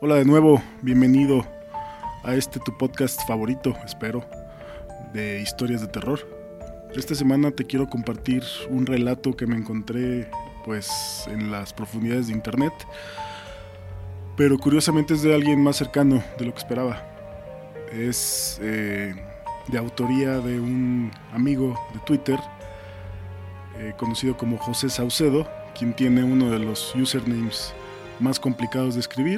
Hola de nuevo, bienvenido a tu podcast favorito, espero, de historias de terror. Esta semana te quiero compartir un relato que me encontré en las profundidades de internet, pero curiosamente es de alguien más cercano de lo que esperaba. Es de autoría de un amigo de Twitter conocido como José Saucedo, quien tiene uno de los usernames más complicados de escribir.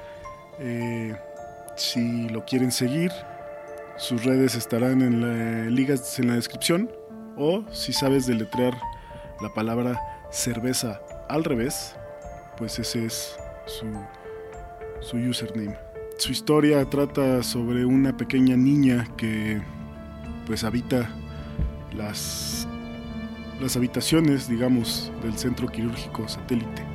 Si lo quieren seguir, sus redes estarán ligas en la descripción, o si sabes deletrear la palabra cerveza al revés, pues ese es su username. Su historia trata sobre una pequeña niña que habita las habitaciones, digamos, del centro quirúrgico Satélite.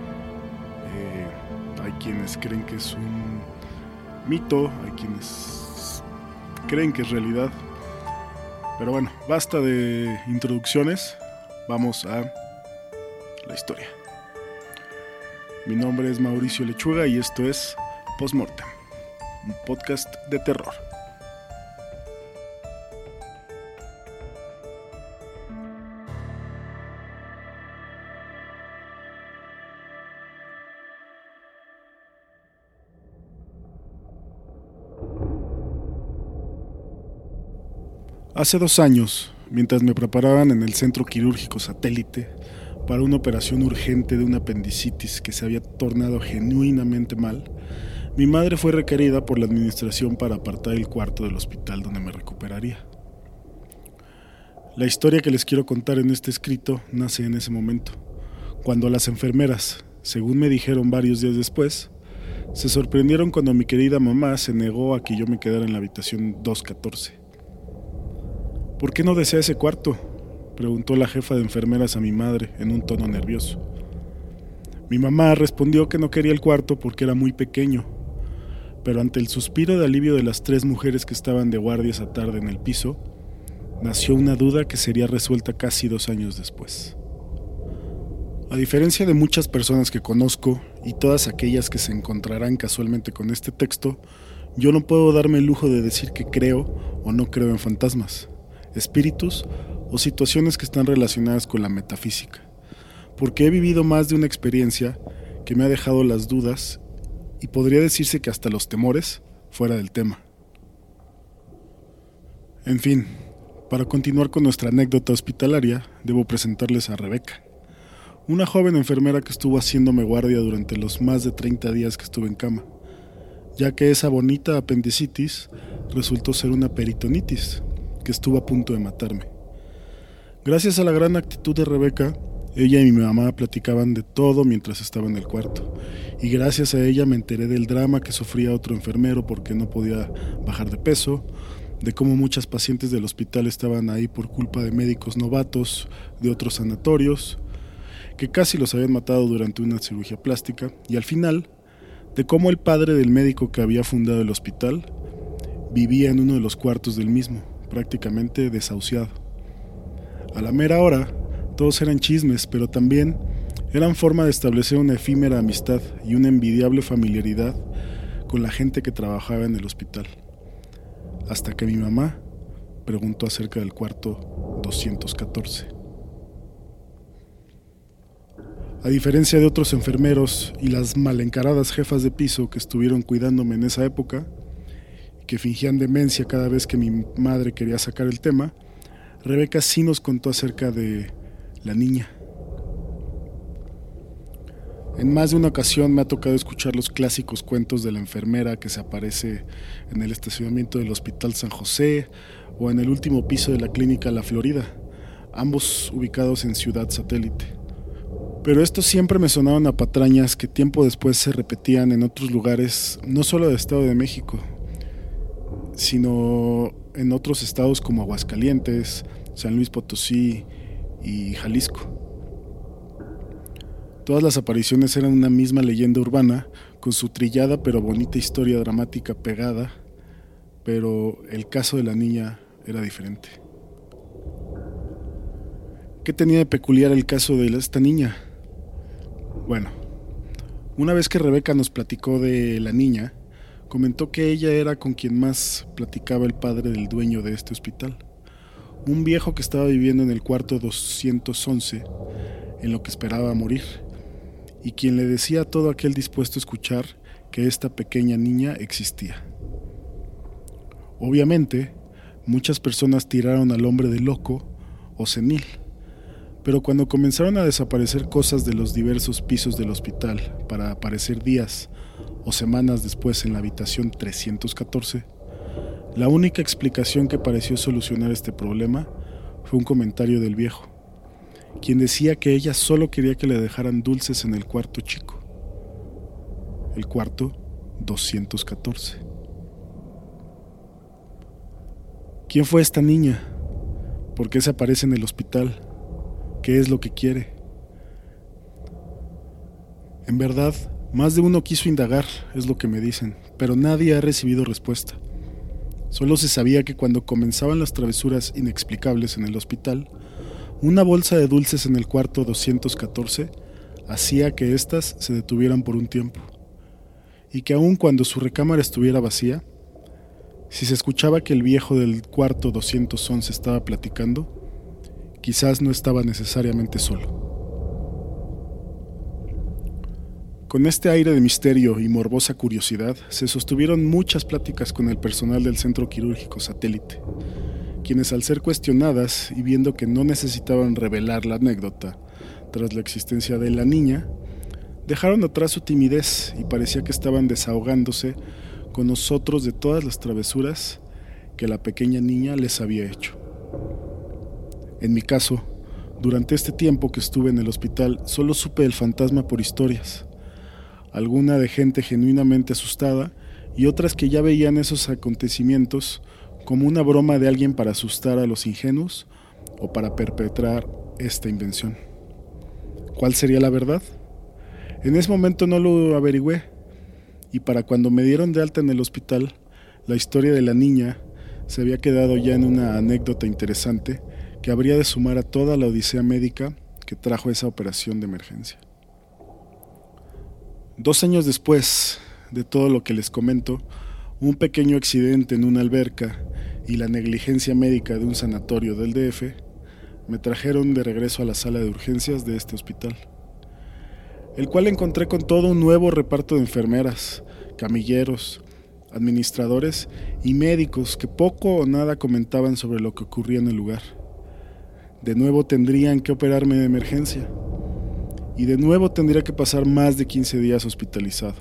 Hay quienes creen que es un mito, hay quienes creen que es realidad. Pero bueno, basta de introducciones, vamos a la historia. Mi nombre es Mauricio Lechuga y esto es Postmortem, un podcast de terror. Hace 2 años, mientras me preparaban en el centro quirúrgico Satélite para una operación urgente de una apendicitis que se había tornado genuinamente mal, mi madre fue requerida por la administración para apartar el cuarto del hospital donde me recuperaría. La historia que les quiero contar en este escrito nace en ese momento, cuando las enfermeras, según me dijeron varios días después, se sorprendieron cuando mi querida mamá se negó a que yo me quedara en la habitación 214. ¿Por qué no desea ese cuarto?, preguntó la jefa de enfermeras a mi madre en un tono nervioso. Mi mamá respondió que no quería el cuarto porque era muy pequeño, pero ante el suspiro de alivio de las 3 mujeres que estaban de guardia esa tarde en el piso, nació una duda que sería resuelta casi 2 años después. A diferencia de muchas personas que conozco y todas aquellas que se encontrarán casualmente con este texto, yo no puedo darme el lujo de decir que creo o no creo en fantasmas, espíritus o situaciones que están relacionadas con la metafísica, porque he vivido más de una experiencia que me ha dejado las dudas y podría decirse que hasta los temores fuera del tema. En fin, para continuar con nuestra anécdota hospitalaria, debo presentarles a Rebeca, una joven enfermera que estuvo haciéndome guardia durante los más de 30 días que estuve en cama, ya que esa bonita apendicitis resultó ser una peritonitis que estuvo a punto de matarme. Gracias a la gran actitud de Rebeca, ella y mi mamá platicaban de todo mientras estaba en el cuarto, y gracias a ella me enteré del drama que sufría otro enfermero porque no podía bajar de peso, de cómo muchas pacientes del hospital estaban ahí por culpa de médicos novatos de otros sanatorios, que casi los habían matado durante una cirugía plástica, y al final, de cómo el padre del médico que había fundado el hospital vivía en uno de los cuartos del mismo, prácticamente desahuciado. A la mera hora, todos eran chismes, pero también eran forma de establecer una efímera amistad y una envidiable familiaridad con la gente que trabajaba en el hospital. Hasta que mi mamá preguntó acerca del cuarto 214. A diferencia de otros enfermeros y las mal encaradas jefas de piso que estuvieron cuidándome en esa época, que fingían demencia cada vez que mi madre quería sacar el tema, Rebeca sí nos contó acerca de la niña. En más de una ocasión me ha tocado escuchar los clásicos cuentos de la enfermera que se aparece en el estacionamiento del Hospital San José o en el último piso de la Clínica La Florida, ambos ubicados en Ciudad Satélite. Pero estos siempre me sonaban a patrañas que tiempo después se repetían en otros lugares, no solo del Estado de México, sino en otros estados como Aguascalientes, San Luis Potosí y Jalisco. Todas las apariciones eran una misma leyenda urbana, con su trillada pero bonita historia dramática pegada, pero el caso de la niña era diferente. ¿Qué tenía de peculiar el caso de esta niña? Bueno, Una vez que Rebeca nos platicó de la niña, comentó que ella era con quien más platicaba el padre del dueño de este hospital, un viejo que estaba viviendo en el cuarto 211, en lo que esperaba morir, y quien le decía a todo aquel dispuesto a escuchar que esta pequeña niña existía. Obviamente, muchas personas tiraron al hombre de loco o senil, pero cuando comenzaron a desaparecer cosas de los diversos pisos del hospital para aparecer días o semanas después en la habitación 314, la única explicación que pareció solucionar este problema fue un comentario del viejo, quien decía que ella solo quería que le dejaran dulces en el cuarto chico, el cuarto 214. ¿Quién fue esta niña? ¿Por qué se aparece en el hospital? ¿Qué es lo que quiere? En verdad, más de uno quiso indagar, es lo que me dicen, pero nadie ha recibido respuesta. Solo se sabía que cuando comenzaban las travesuras inexplicables en el hospital, una bolsa de dulces en el cuarto 214 hacía que éstas se detuvieran por un tiempo, y que aun cuando su recámara estuviera vacía, si se escuchaba que el viejo del cuarto 211 estaba platicando, quizás no estaba necesariamente solo. Con este aire de misterio y morbosa curiosidad, se sostuvieron muchas pláticas con el personal del Centro Quirúrgico Satélite, quienes al ser cuestionadas y viendo que no necesitaban revelar la anécdota tras la existencia de la niña, dejaron atrás su timidez y parecía que estaban desahogándose con nosotros de todas las travesuras que la pequeña niña les había hecho. En mi caso, durante este tiempo que estuve en el hospital, solo supe del fantasma por historias, alguna de gente genuinamente asustada y otras que ya veían esos acontecimientos como una broma de alguien para asustar a los ingenuos o para perpetrar esta invención. ¿Cuál sería la verdad? En ese momento no lo averigüé, y para cuando me dieron de alta en el hospital, la historia de la niña se había quedado ya en una anécdota interesante que habría de sumar a toda la odisea médica que trajo esa operación de emergencia. 2 años después de todo lo que les comento, un pequeño accidente en una alberca y la negligencia médica de un sanatorio del DF me trajeron de regreso a la sala de urgencias de este hospital, el cual encontré con todo un nuevo reparto de enfermeras, camilleros, administradores y médicos que poco o nada comentaban sobre lo que ocurría en el lugar. De nuevo tendrían que operarme de emergencia y de nuevo tendría que pasar más de 15 días hospitalizado.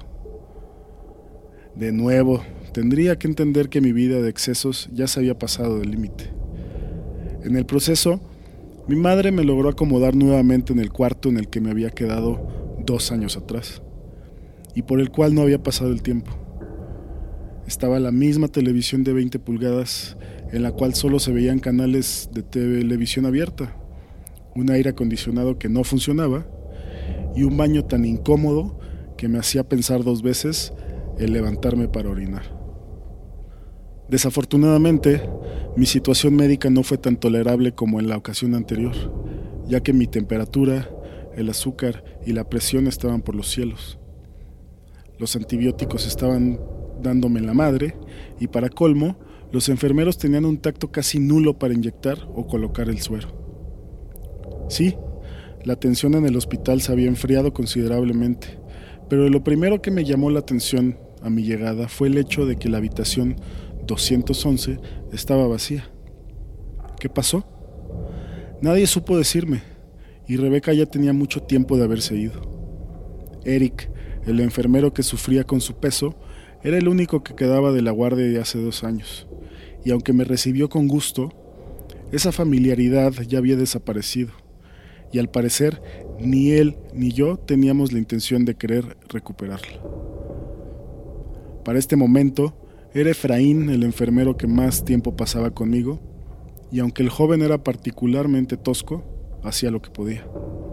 De nuevo tendría que entender que mi vida de excesos ya se había pasado del límite. En el proceso, mi madre me logró acomodar nuevamente en el cuarto en el que me había quedado 2 años atrás y por el cual no había pasado el tiempo. Estaba la misma televisión de 20 pulgadas en la cual solo se veían canales de televisión abierta, un aire acondicionado que no funcionaba y un baño tan incómodo que me hacía pensar 2 veces el levantarme para orinar. Desafortunadamente, mi situación médica no fue tan tolerable como en la ocasión anterior, ya que mi temperatura, el azúcar y la presión estaban por los cielos. Los antibióticos estaban dándome en la madre y para colmo, los enfermeros tenían un tacto casi nulo para inyectar o colocar el suero. Sí, la atención en el hospital se había enfriado considerablemente, pero lo primero que me llamó la atención a mi llegada fue el hecho de que la habitación 211 estaba vacía. ¿Qué pasó? Nadie supo decirme, y Rebeca ya tenía mucho tiempo de haberse ido. Eric, el enfermero que sufría con su peso, era el único que quedaba de la guardia de hace 2 años, y aunque me recibió con gusto, esa familiaridad ya había desaparecido, y al parecer ni él ni yo teníamos la intención de querer recuperarla. Para este momento, era Efraín el enfermero que más tiempo pasaba conmigo, y aunque el joven era particularmente tosco, hacía lo que podía.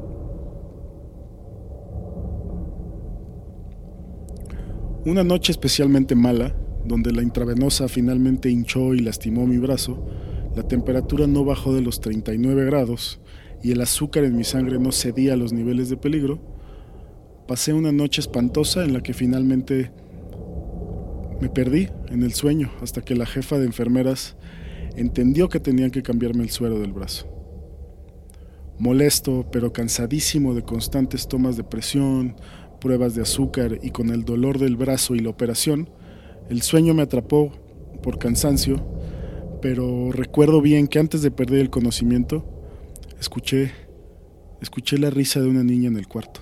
Una noche especialmente mala, donde la intravenosa finalmente hinchó y lastimó mi brazo, la temperatura no bajó de los 39 grados y el azúcar en mi sangre no cedía a los niveles de peligro, Pasé una noche espantosa en la que finalmente me perdí en el sueño hasta que la jefa de enfermeras entendió que tenían que cambiarme el suero del brazo. Molesto, pero cansadísimo de constantes tomas de presión, pruebas de azúcar y con el dolor del brazo y la operación, el sueño me atrapó por cansancio, pero recuerdo bien que antes de perder el conocimiento, escuché la risa de una niña en el cuarto.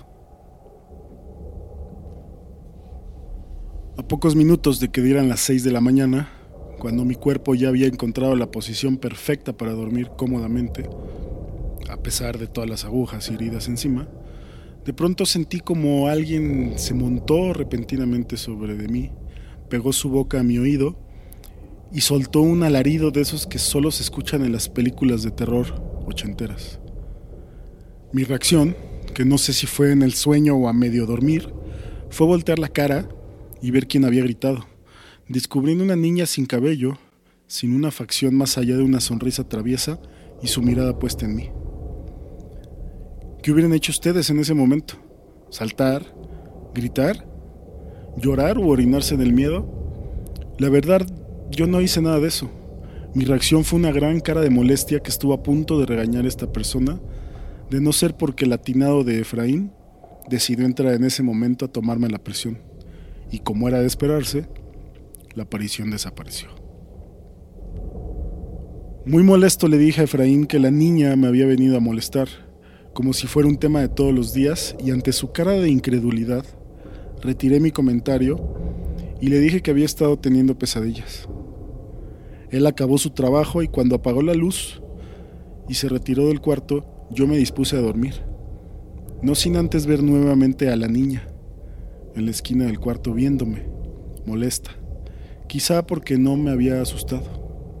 A pocos minutos de que dieran las 6 de la mañana, cuando mi cuerpo ya había encontrado la posición perfecta para dormir cómodamente, a pesar de todas las agujas y heridas encima, de pronto sentí como alguien se montó repentinamente sobre de mí, pegó su boca a mi oído y soltó un alarido de esos que solo se escuchan en las películas de terror ochenteras. Mi reacción, que no sé si fue en el sueño o a medio dormir, fue voltear la cara y ver quién había gritado, descubriendo una niña sin cabello, sin una facción más allá de una sonrisa traviesa y su mirada puesta en mí. ¿Qué hubieran hecho ustedes en ese momento? ¿Saltar? ¿Gritar? ¿Llorar o orinarse del miedo? La verdad, yo no hice nada de eso. Mi reacción fue una gran cara de molestia que estuvo a punto de regañar a esta persona, de no ser porque el atinado de Efraín decidió entrar en ese momento a tomarme la presión. Y como era de esperarse, la aparición desapareció. Muy molesto le dije a Efraín que la niña me había venido a molestar, como si fuera un tema de todos los días, y ante su cara de incredulidad, retiré mi comentario y le dije que había estado teniendo pesadillas. Él acabó su trabajo y cuando apagó la luz y se retiró del cuarto, yo me dispuse a dormir, no sin antes ver nuevamente a la niña en la esquina del cuarto viéndome, molesta, quizá porque no me había asustado.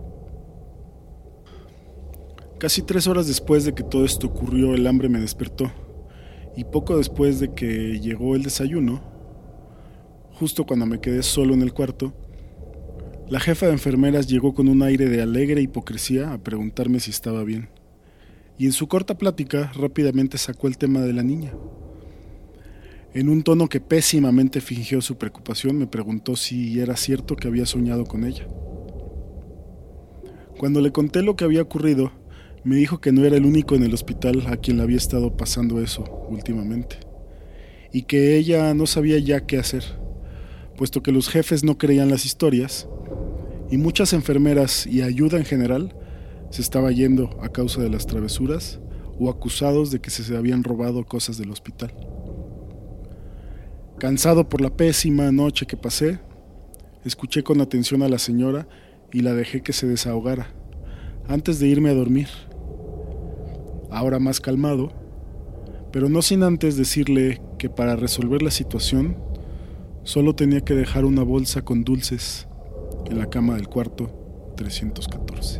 Casi 3 horas después de que todo esto ocurrió, el hambre me despertó, y poco después de que llegó el desayuno, justo cuando me quedé solo en el cuarto, la jefa de enfermeras llegó con un aire de alegre hipocresía a preguntarme si estaba bien, y en su corta plática rápidamente sacó el tema de la niña. En un tono que pésimamente fingió su preocupación, me preguntó si era cierto que había soñado con ella. Cuando le conté lo que había ocurrido, me dijo que no era el único en el hospital a quien le había estado pasando eso últimamente, y que ella no sabía ya qué hacer, puesto que los jefes no creían las historias, y muchas enfermeras y ayuda en general se estaba yendo a causa de las travesuras o acusados de que se habían robado cosas del hospital. Cansado por la pésima noche que pasé, escuché con atención a la señora y la dejé que se desahogara antes de irme a dormir. Ahora más calmado, pero no sin antes decirle que para resolver la situación solo tenía que dejar una bolsa con dulces en la cama del cuarto 314.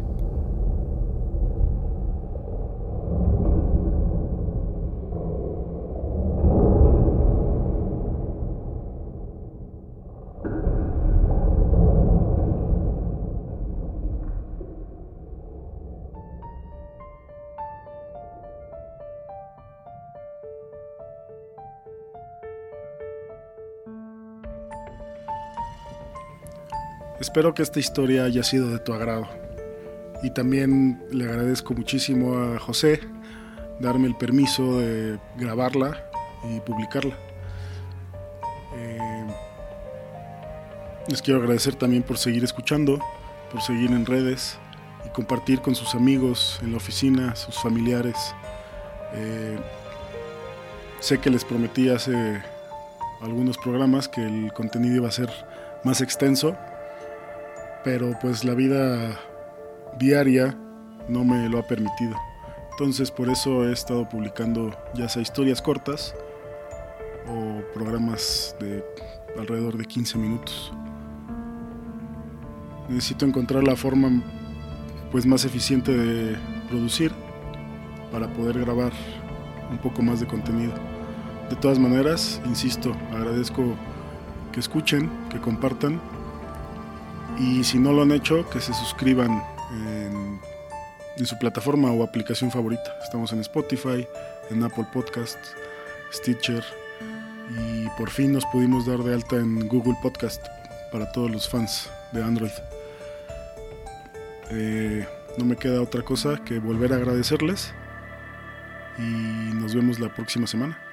Espero que esta historia haya sido de tu agrado. Y también le agradezco muchísimo a José darme el permiso de grabarla y publicarla. Les quiero agradecer también por seguir escuchando, por seguir en redes y compartir con sus amigos en la oficina, sus familiares. Sé que les prometí hace algunos programas que el contenido iba a ser más extenso, pero pues la vida diaria no me lo ha permitido. Entonces por eso he estado publicando ya sea historias cortas o programas de alrededor de 15 minutos. Necesito encontrar la forma pues más eficiente de producir para poder grabar un poco más de contenido. De todas maneras, insisto, agradezco que escuchen, que compartan. Y si no lo han hecho, que se suscriban en su plataforma o aplicación favorita. Estamos en Spotify, en Apple Podcasts, Stitcher, y por fin nos pudimos dar de alta en Google Podcast para todos los fans de Android. No me queda otra cosa que volver a agradecerles y nos vemos la próxima semana.